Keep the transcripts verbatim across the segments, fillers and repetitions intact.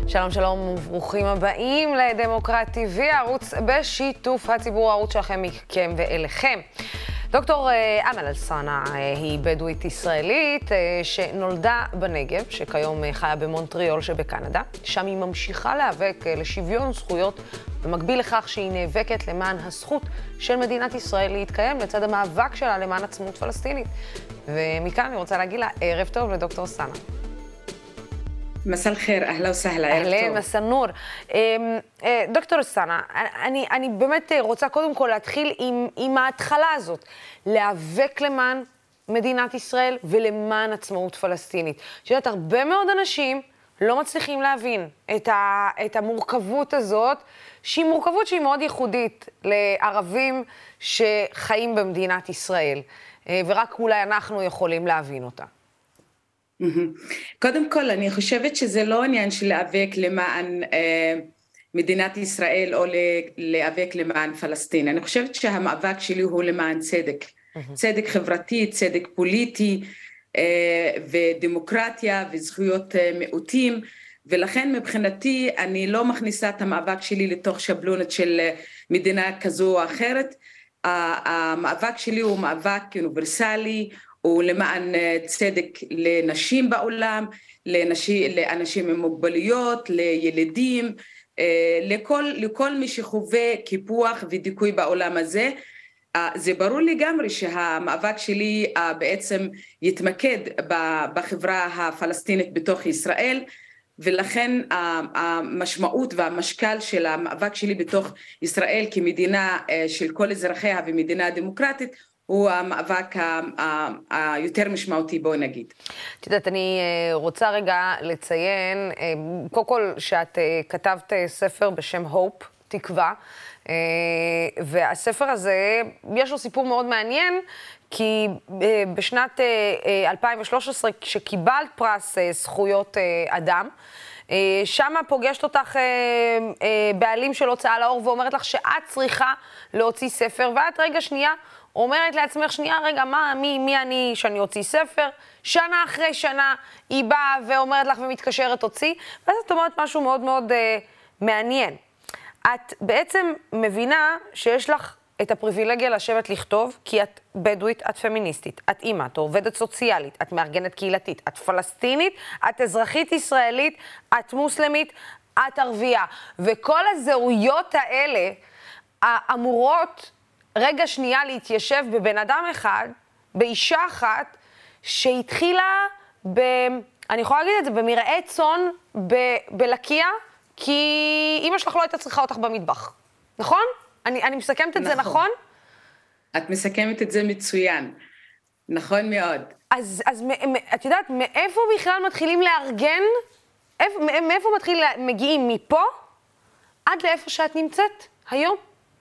שלום שלום וברוכים הבאים לדמוקרט טי וי, ערוץ בשיתוף הציבור, הערוץ שלכם מכם ואליכם. דוקטור אמל אלסאנע היא בדואית ישראלית שנולדה בנגב, שכיום חיה במונטריאול שבקנדה. שם היא ממשיכה להיאבק לשוויון זכויות, במקביל לכך שהיא נאבקת למען הזכות של מדינת ישראל להתקיים לצד המאבק שלה למען עצמאות פלסטינית. ומכאן אני רוצה להגיד לה ערב טוב לדוקטור סאנע. مساء الخير اهلا وسهلا אהלן, מסא נור. דוקטור סאנע, אני אני באמת רוצה קודם כל להתחיל עם עם ההתחלה הזאת, להיאבק למען מדינת ישראל ולמען עצמאות פלסטינית. שיודעת, הרבה מאוד אנשים לא מצליחים להבין את ה את המורכבות הזאת, שהיא מורכבות שהיא מאוד ייחודית לערבים שחיים במדינת ישראל, ורק אולי אנחנו יכולים להבין אותה. קודם כל, אני חושבת שזה לא עניין של להיאבק למען אה, מדינת ישראל או להיאבק למען פלסטין. אני חושבת שהמאבק שלי הוא למען צדק. צדק חברתי, צדק פוליטי אה, ודמוקרטיה וזכויות אה, מיעוטים. ולכן מבחינתי אני לא מכניסה את המאבק שלי לתוך שבלונת של מדינה כזו או אחרת. המאבק שלי הוא מאבק אוניברסלי, הוא למען צדק לנשים בעולם, לאנשים, לאנשים עם מוגבלויות, לילדים, לכל, לכל מי שחווה קיפוח ודיכוי בעולם הזה. זה ברור לגמרי שהמאבק שלי בעצם יתמקד בחברה הפלסטינית בתוך ישראל, ולכן המשמעות והמשקל של המאבק שלי בתוך ישראל כמדינה של כל אזרחיה ומדינה דמוקרטית, הוא המאבק היותר משמעותי, בוא נגיד. את יודעת, אני רוצה רגע לציין, קודם כל שאת כתבת ספר בשם הופ, תקווה, והספר הזה, יש לו סיפור מאוד מעניין, כי בשנת אלפיים ושלוש עשרה, כשקיבלת פרס זכויות אדם, שמה פוגשת אותך בעלים של הוצאה לאור, ואומרת לך שאת צריכה להוציא ספר, ואת רגע שנייה, אומרת לעצמך, שנייה, רגע, מה, מי, מי אני שאני הוציא ספר? שנה אחרי שנה היא באה ואומרת לך ומתקשרת הוציא, ואז את אומרת משהו מאוד מאוד אה, מעניין. את בעצם מבינה שיש לך את הפריבילגיה לשבת לכתוב, כי את בדואית, את פמיניסטית, את אימא, את עובדת סוציאלית, את מארגנת קהילתית, את פלסטינית, את אזרחית ישראלית, את מוסלמית, את ערבייה. וכל הזהויות האלה אמורות רגע שנייה להתיישב בבן אדם אחד, באישה אחת, שהתחילה ב... אני יכולה להגיד את זה, במרעה צאן ב... בלקיה, כי אמא שלך לא הייתה צריכה אותך במטבח. נכון? אני, אני מסכמת את נכון. זה נכון? את מסכמת את זה מצוין. נכון מאוד. אז, אז את יודעת, מאיפה בכלל מתחילים לארגן? איפה, מאיפה מתחיל, מגיעים מפה עד לאיפה שאת נמצאת היום?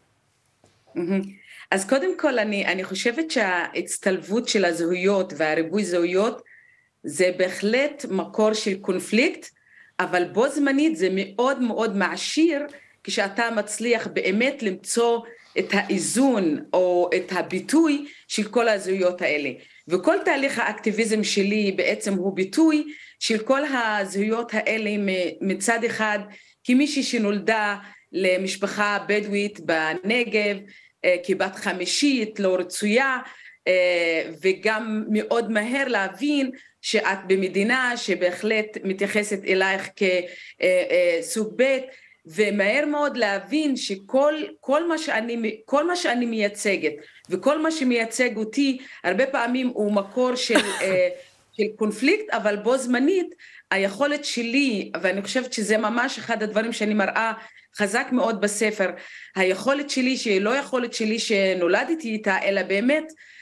אז קודם כל אני, אני חושבת שההצטלבות של הזהויות והריבוי זהויות זה בהחלט מקור של קונפליקט, אבל בו זמנית זה מאוד מאוד מעשיר כשאתה מצליח באמת למצוא את האיזון או את הביטוי של כל הזהויות האלה. וכל תהליך האקטיביזם שלי בעצם הוא ביטוי של כל הזהויות האלה מצד אחד, כמישהי שנולדה למשפחה בדואית בנגב, כבת חמישית, לא רצויה, וגם מאוד מהר להבין שאת במדינה שבהחלט מתייחסת אלייך כסוג ב', ומהר מאוד להבין שכל כל מה שאני, כל מה שאני מייצגת, וכל מה שמייצג אותי, הרבה פעמים הוא מקור של, של קונפליקט, אבל בו זמנית, היכולת שלי, ואני חושבת שזה ממש אחד הדברים שאני מראה, חזק מאוד בספר, היכולת שלי, שלא יכולת שלי שנולדתי איתה, אלא באמת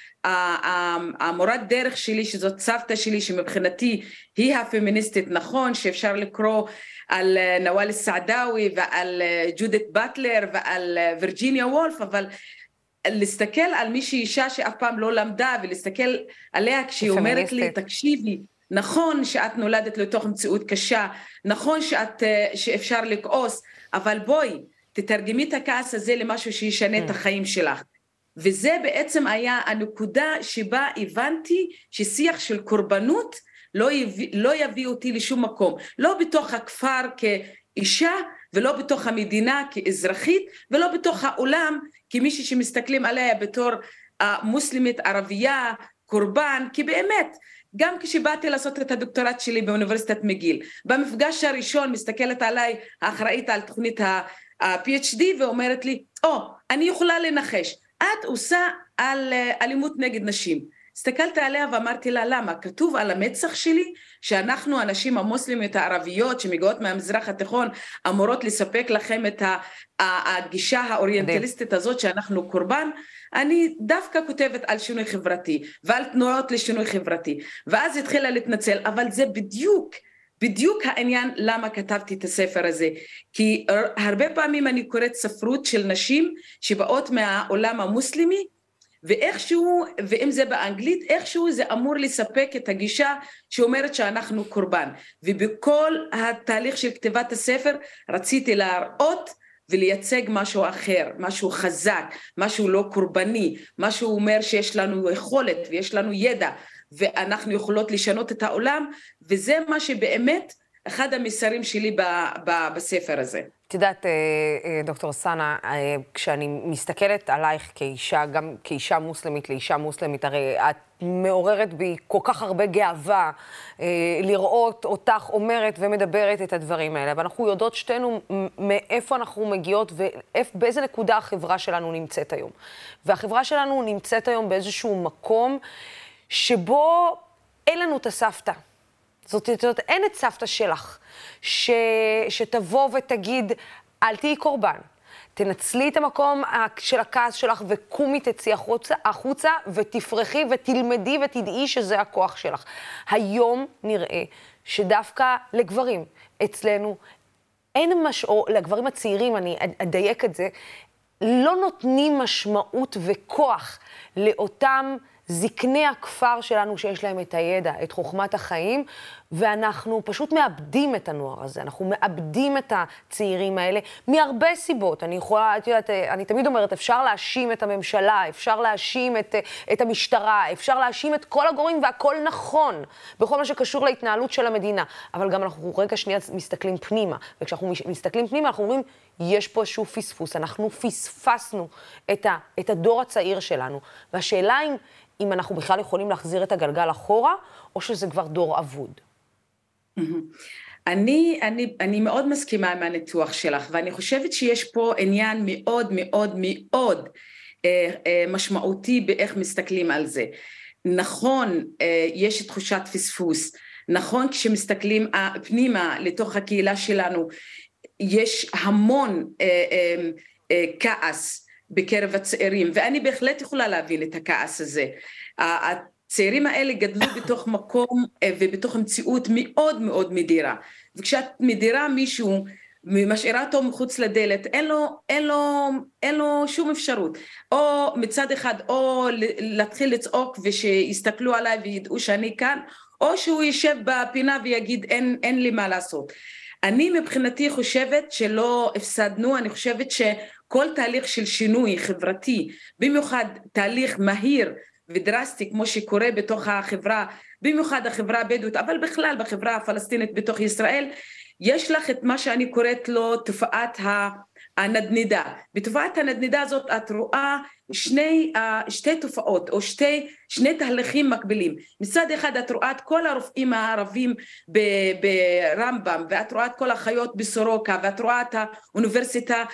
המורת דרך שלי, שזאת סבתא שלי, שמבחינתי היא הפמיניסטית, נכון, שאפשר לקרוא על נואל סעדאווי ועל ג'ודית באטלר ועל וירג'יניה וולף, אבל להסתכל על מישהי אישה שאף פעם לא למדה, ולהסתכל עליה כשהיא אומרת לי, תקשיבי, נכון שאת נולדת לתוך מציאות קשה, נכון שאת, שאפשר לכעוס, אבל בואי, תתרגמי את הכעס הזה למשהו שישנה את החיים שלך. וזה בעצם היה הנקודה שבה הבנתי ששיח של קורבנות לא יביא, לא יביא אותי לשום מקום, לא בתוך הכפר כאישה, ולא בתוך המדינה כאזרחית, ולא בתוך העולם כמישהי שמסתכלים עליה בתור מוסלמית ערבייה, קורבן, כי באמת, גם כשבאתי לעשות את הדוקטורט שלי באוניברסיטת מגיל, במפגש הראשון מסתכלת עליי האחראית על תוכנית ה-פי אייץ' די ואומרת לי, או, אני יכולה לנחש, את עושה על אלימות נגד נשים. הסתכלתי עליה ואמרתי לה, למה? כתוב על המצח שלי שאנחנו, הנשים המוסלמיות הערביות שמגיעות מהמזרח התיכון, אמורות לספק לכם את הגישה האוריינטליסטית הזאת שאנחנו קורבן. אני דווקא כותבת על שינוי חברתי ועל תנועות לשינוי חברתי, ואז התחילה להתנצל, אבל זה בדיוק, בדיוק העניין למה כתבתי את הספר הזה, כי הרבה פעמים אני קוראת ספרות של נשים שבאות מהעולם המוסלמי, ואיכשהו, ואם זה באנגלית, איכשהו זה אמור לספק את הגישה שאומרת שאנחנו קורבן, ובכל התהליך של כתיבת הספר רציתי להראות ולייצג משהו אחר, משהו חזק, משהו לא קורבני, משהו אומר שיש לנו יכולת ויש לנו ידע, ואנחנו יכולות לשנות את העולם, וזה מה שבאמת אחד המסרים שלי ב, ב, בספר הזה. את יודעת, דוקטור סאנה, כשאני מסתכלת עלייך כאישה, גם כאישה מוסלמית לאישה מוסלמית, הרי את מעוררת בי כל כך הרבה גאווה לראות אותך אומרת ומדברת את הדברים האלה, ואנחנו יודעות שתינו מאיפה אנחנו מגיעות ובאיזה נקודה החברה שלנו נמצאת היום. והחברה שלנו נמצאת היום באיזשהו מקום שבו אין לנו את הסבתא. זאת אומרת, אין את סבתא שלך, ש... שתבוא ותגיד, אל תהי קורבן. תנצלי את המקום של הכעס שלך וקומי תצאי החוצה, החוצה ותפרחי ותלמדי ותדעי שזה הכוח שלך. היום נראה שדווקא לגברים אצלנו, אין מש... או לגברים הצעירים, אני אדייק את זה, לא נותנים משמעות וכוח לאותם זקני הכפר שלנו שיש להם את הידע, את חוכמת החיים, ואנחנו פשוט מאבדים את הנוער הזה, אנחנו מאבדים את הצעירים האלה מהרבה סיבות. אני יכולה, את יודעת, אני תמיד אומרת, אפשר להאשים את הממשלה, אפשר להאשים את, את המשטרה, אפשר להאשים את כל הגורמים, והכל נכון, בכל מה שקשור להתנהלות של המדינה. אבל גם אנחנו רגע שנייה מסתכלים פנימה, וכשאנחנו מסתכלים פנימה, אנחנו אומרים, יש פה איזשהו פספוס, אנחנו פספסנו את, ה, את הדור הצעיר שלנו. והשאלה אם, אם אנחנו בכלל יכולים להחזיר את הגלגל אחורה, או שזה כבר דור אבוד. אני, אני, אני מאוד מסכימה עם הניתוח שלך, ואני חושבת שיש פה עניין מאוד מאוד מאוד אה, אה, משמעותי באיך מסתכלים על זה. נכון, אה, יש תחושת פספוס, נכון כשמסתכלים אה, פנימה לתוך הקהילה שלנו, יש המון אה, אה, אה, כעס בקרב הצעירים, ואני בהחלט יכולה להבין את הכעס הזה. הצעירים האלה גדלו בתוך מקום ובתוך מציאות מאוד מאוד מדירה, וכשאת מדירה מישהו, משאירה אותו מחוץ לדלת, אין לו, אין לו, אין לו שום אפשרות, או מצד אחד, או להתחיל לצעוק ושיסתכלו עליי וידעו שאני כאן, או שהוא יישב בפינה ויגיד אין, אין לי מה לעשות. אני מבחינתי חושבת שלא הפסדנו, אני חושבת שכל תהליך של שינוי חברתי, במיוחד תהליך מהיר ודרסטי כמו שקורה בתוך החברה, במיוחד החברה הבדואית, אבל בכלל בחברה הפלסטינית בתוך ישראל, יש לך את מה שאני קוראת לו תופעת הנדנדה. בתופעת הנדנדה הזאת את רואה שני, שתי תופעות או שתי, שני תהליכים מקבילים. מצד אחד את רואה את כל הרופאים הערבים ברמב"ם, ואת רואה את כל החיות בסורוקה, ואת רואה את האוניברסיטה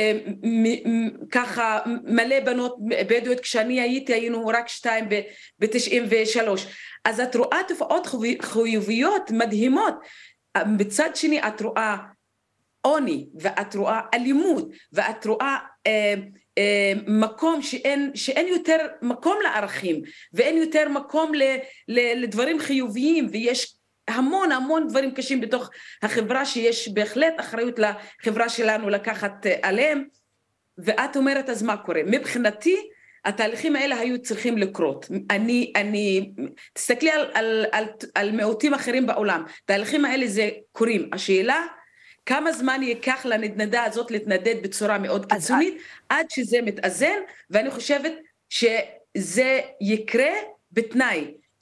ככה מלא בנות בדואיות, כשאני הייתי היינו רק שתיים ב-תשעים ושלוש. אז את רואה תופעות חיוביות מדהימות. בצד שני את רואה עוני, ואת רואה אלימות, ואת רואה אה, אה, מקום שאין, שאין יותר מקום לערכים, ואין יותר מקום ל, ל, לדברים חיוביים, ויש המון המון דברים קשים בתוך החברה, שיש בהחלט אחריות לחברה שלנו לקחת עליהם, ואת אומרת אז מה קורה? מבחינתי, התהליכים האלה היו צריכים לקרות. אני, אני, תסתכלי על, על, על, על מיעוטים אחרים בעולם, תהליכים האלה זה קורים. השאלה, כמה זמן ייקח לנדנדה הזאת להתנדד בצורה מאוד קיצונית, עד שזה מתאזן, ואני חושבת שזה יקרה בתנאי,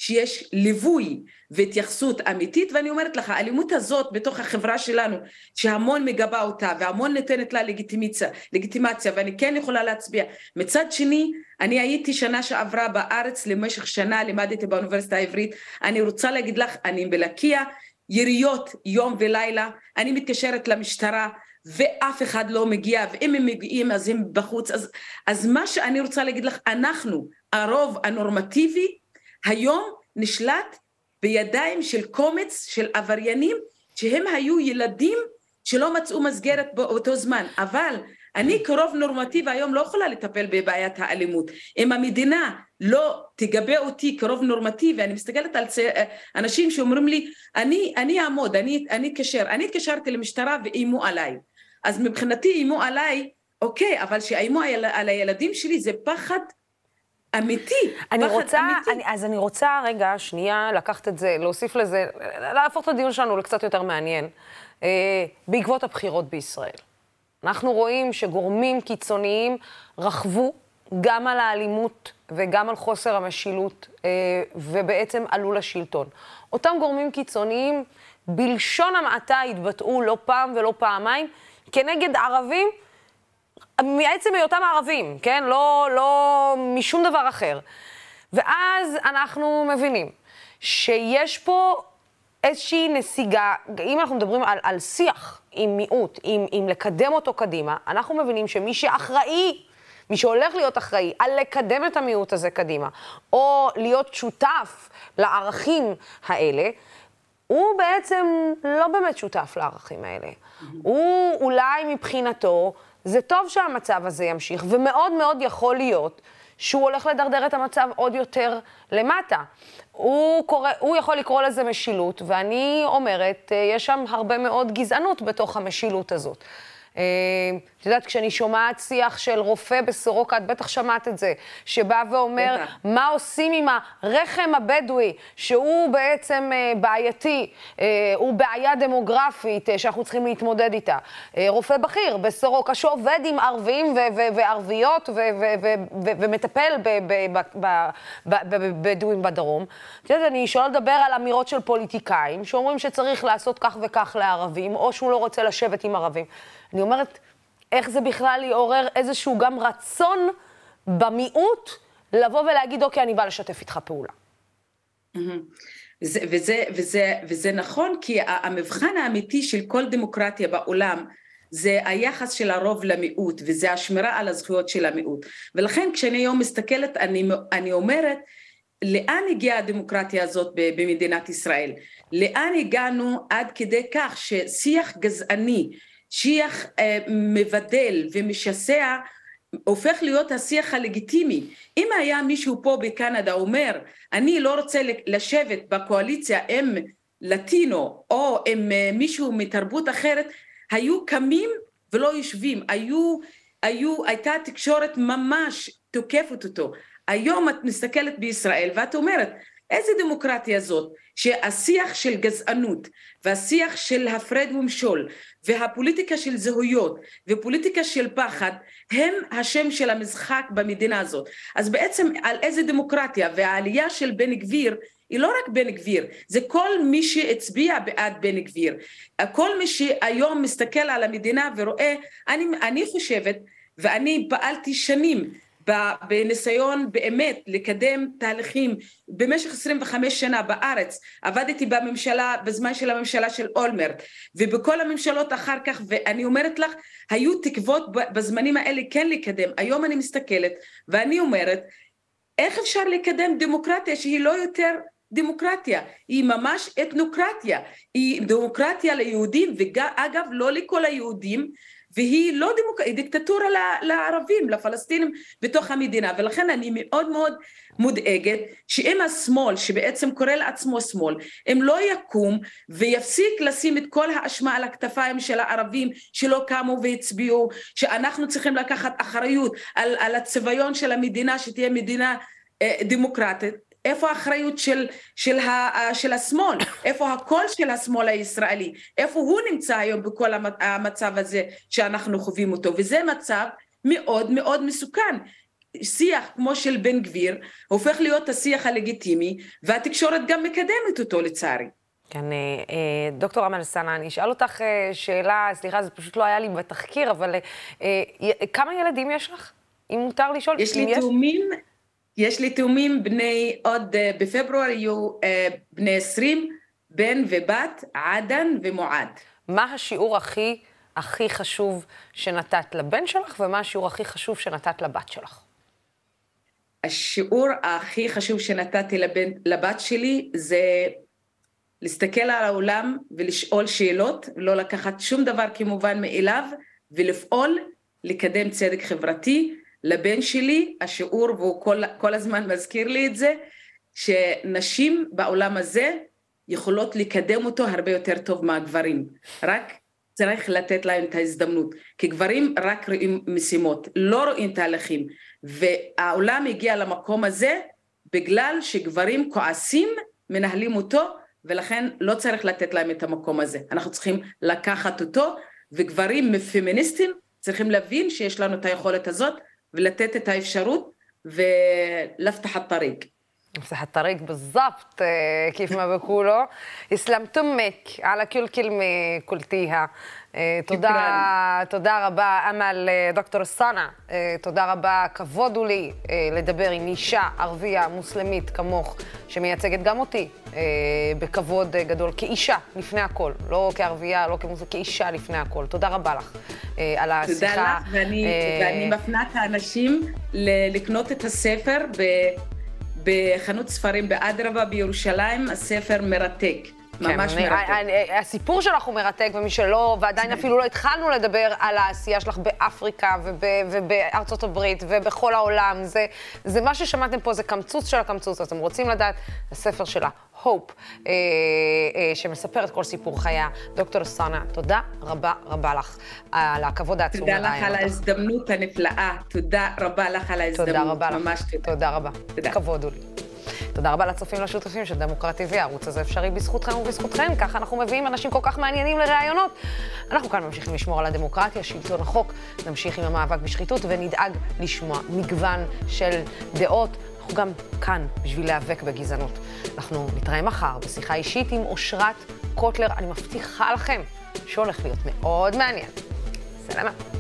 שיש ליווי והתייחסות אמיתית, ואני אומרת לך, האלימות הזאת בתוך החברה שלנו, שהמון מגבה אותה, והמון נותנת לה לגיטימציה, לגיטימציה, ואני כן יכולה להצביע. מצד שני, אני הייתי שנה שעברה בארץ, למשך שנה לימדתי באוניברסיטה העברית, אני רוצה להגיד לך, אני בלקיה, יריות יום ולילה, אני מתקשרת למשטרה, ואף אחד לא מגיע, ואם הם מגיעים אז הם בחוץ, אז, אז מה שאני רוצה להגיד לך, אנחנו, הרוב הנורמטיבי, היום נשלט בידיים של קומץ של עבריינים, שהם היו ילדים שלא מצאו מסגרת באותו זמן, אבל אני כרוב נורמטיבי היום לא יכולה לטפל בבעיית האלימות, אם המדינה לא תגבה אותי כרוב נורמטיבי, אני מסתכלת על אנשים שאומרים לי, אני, אני אעמוד, אני, אני אתקשר, אני התקשרתי למשטרה ואימו עליי, אז מבחינתי אימו עליי, אוקיי, אבל שאימו על הילדים שלי זה פחד אמיתי, אני פחד רוצה, אמיתי. אני, אז אני רוצה רגע, שנייה, לקחת את זה, להוסיף לזה, להפוך את הדיון שלנו לקצת יותר מעניין, אה, בעקבות הבחירות בישראל. אנחנו רואים שגורמים קיצוניים רכבו גם על האלימות וגם על חוסר המשילות, אה, ובעצם עלו לשלטון. אותם גורמים קיצוניים, בלשון המעטה התבטאו לא פעם ולא פעמיים, כנגד ערבים, מעצם היותם ערבים, כן? לא, לא משום דבר אחר. ואז אנחנו מבינים שיש פה איזושהי נסיגה, אם אנחנו מדברים על, על שיח עם מיעוט, עם, עם לקדם אותו קדימה, אנחנו מבינים שמי שאחראי, מי שהולך להיות אחראי על לקדם את המיעוט הזה קדימה, או להיות שותף לערכים האלה, הוא בעצם לא באמת שותף לערכים האלה. Mm-hmm. הוא אולי מבחינתו, זה טוב שהמצב הזה ימשיך, ומאוד מאוד יכול להיות שהוא הולך לדרדר את המצב עוד יותר למטה. הוא, קורא, הוא יכול לקרוא לזה משילות, ואני אומרת, יש שם הרבה מאוד גזענות בתוך המשילות הזאת. את יודעת, כשאני שומעת שיח של רופא בסורוקה, את בטח שמעת את זה, שבא ואומר בטח. מה עושים עם הרחם הבדואי, שהוא בעצם בעייתי, הוא בעיה דמוגרפית שאנחנו צריכים להתמודד איתה. רופא בכיר בסורוקה שעובד עם ערבים וערביות ומטפל בבדואים בדרום. את יודעת, אני שואל לדבר על אמירות של פוליטיקאים, שאומרים שצריך לעשות כך וכך לערבים, או שהוא לא רוצה לשבת עם ערבים. אני אומרת, איך זה בכלל יעורר איזשהו גם רצון במיעוט לבוא ולהגיד, אוקיי, אני בא לשתף איתך פעולה. וזה, וזה, וזה, וזה נכון, כי המבחן האמיתי של כל דמוקרטיה בעולם, זה היחס של הרוב למיעוט, וזה השמירה על הזכויות של המיעוט. ולכן כשאני היום מסתכלת, אני, אני אומרת, לאן הגיעה הדמוקרטיה הזאת במדינת ישראל? לאן הגענו עד כדי כך ששיח גזעני, שיח אה, מבדל ומשסע, הופך להיות השיח הלגיטימי. אם היה מישהו פה בקנדה אומר, אני לא רוצה לשבת בקואליציה עם לטינו, או עם אה, מישהו מתרבות אחרת, היו קמים ולא יושבים, היו, היו, הייתה תקשורת ממש תוקפת אותו. היום את מסתכלת בישראל ואת אומרת, איזה דמוקרטיה זאת, שהשיח של גזענות והשיח של הפרד ומשול והפוליטיקה של זהויות ופוליטיקה של פחד הם השם של המשחק במדינה הזאת. אז בעצם על איזה דמוקרטיה, והעלייה של בן גביר היא לא רק בן גביר, זה כל מי שהצביע בעד בן גביר, כל מי שהיום מסתכל על המדינה ורואה, אני, אני חושבת ואני פעלתי שנים בניסיון באמת לקדם תהליכים במשך עשרים וחמש שנה בארץ, עבדתי בממשלה, בזמן של הממשלה של אולמרט ובכל הממשלות אחר כך, ואני אומרת לך, היו תקוות בזמנים האלה כן לקדם. היום אני מסתכלת ואני אומרת, איך אפשר לקדם דמוקרטיה שהיא לא יותר דמוקרטיה, היא ממש אתנוקרטיה, היא דמוקרטיה ליהודים, ואגב לא לכל היהודים, והיא לא דמוקרטיה, היא דיקטטורה לערבים, לפלסטינים בתוך המדינה, ולכן אני מאוד מאוד מודאגת שאם השמאל שבעצם קורא לעצמו שמאל, אם לא יקום ויפסיק לשים את כל האשמה על הכתפיים של הערבים שלא קמו והצביעו, שאנחנו צריכים לקחת אחריות על, על הצביון של המדינה שתהיה מדינה אה, דמוקרטית, איפה האחריות של, של, ה, של השמאל? איפה הקול של השמאל הישראלי? איפה הוא נמצא היום בכל המצב הזה שאנחנו חווים אותו? וזה מצב מאוד מאוד מסוכן. שיח כמו של בן גביר, הופך להיות השיח הלגיטימי, והתקשורת גם מקדמת אותו לצערי. כן, דוקטור אמל אלסאנע, אני אשאל אותך שאלה, סליחה, זה פשוט לא היה לי בתחקיר, אבל כמה ילדים יש לך? אם מותר לשאול, יש לי תאומים, יש לי תאומים בני, עוד בפברואר יהיו בני עשרים, בן ובת, עדן ומועד. מה השיעור הכי, הכי חשוב שנתת לבן שלך, ומה השיעור הכי חשוב שנתת לבת שלך? השיעור הכי חשוב שנתתי לבן, לבת שלי זה להסתכל על העולם ולשאול שאלות, לא לקחת שום דבר כמובן מאליו, ולפעול לקדם צדק חברתי. לבן שלי השיעור, והוא כל, כל הזמן מזכיר לי את זה, שנשים בעולם הזה יכולות לקדם אותו הרבה יותר טוב מהגברים, רק צריך לתת להם את ההזדמנות, כי גברים רק רואים משימות, לא רואים תהליכים, והעולם הגיע למקום הזה בגלל שגברים כועסים, מנהלים אותו, ולכן לא צריך לתת להם את המקום הזה. אנחנו צריכים לקחת אותו, וגברים פמיניסטים צריכים להבין שיש לנו את היכולת הזאת, ולתת את האפשרות, ולפתח الطريق. לפתח الطريق بالضبط كيف ما بقولوا. הסלמתומק على كل كلمة قلتيها. תודה, תודה רבה, אמל, דוקטור אלסאנע, תודה רבה, כבוד הוא לי לדבר עם אישה ערבייה מוסלמית כמוך, שמייצגת גם אותי בכבוד גדול, כאישה לפני הכל, לא כערבייה, לא כמוסלמית, כאישה לפני הכל. תודה רבה לך על השיחה. תודה לך, ואני, ואני מפנה את האנשים לקנות את הספר בחנות ספרים באדרבה בירושלים, הספר מרתק. ממש כן, מרתק. אני, הסיפור שלך הוא מרתק, ומי שלא, ועדיין אפילו לא התחלנו לדבר על העשייה שלך באפריקה וב, ובארצות הברית ובכל העולם. זה, זה מה ששמעתם פה, זה קמצוץ של הקמצוץ. אתם רוצים לדעת, הספר שלה, Hope, אה, אה, שמספר את כל סיפור חייה. דוקטור אלסאנע, תודה רבה רבה לך על הכבוד העצום. תודה לך על ההזדמנות הנפלאה. תודה רבה לך על ההזדמנות. תודה רבה לך. ממש תודה. תודה רבה. תודה. כבוד הוא לי. תודה רבה לצופים לשותפים של דמוקרט טי וי, הערוץ הזה אפשרי בזכותכם ובזכותכם, ככה אנחנו מביאים אנשים כל כך מעניינים לראיונות. אנחנו כאן ממשיכים לשמור על הדמוקרטיה, שלטון החוק, נמשיך עם המאבק בשחיתות ונדאג לשמוע מגוון של דעות. אנחנו גם כאן בשביל להיאבק בגזענות. אנחנו נתראה מחר בשיחה אישית עם אושרת קוטלר, אני מבטיחה לכם שהולך להיות מאוד מעניין. סלמה.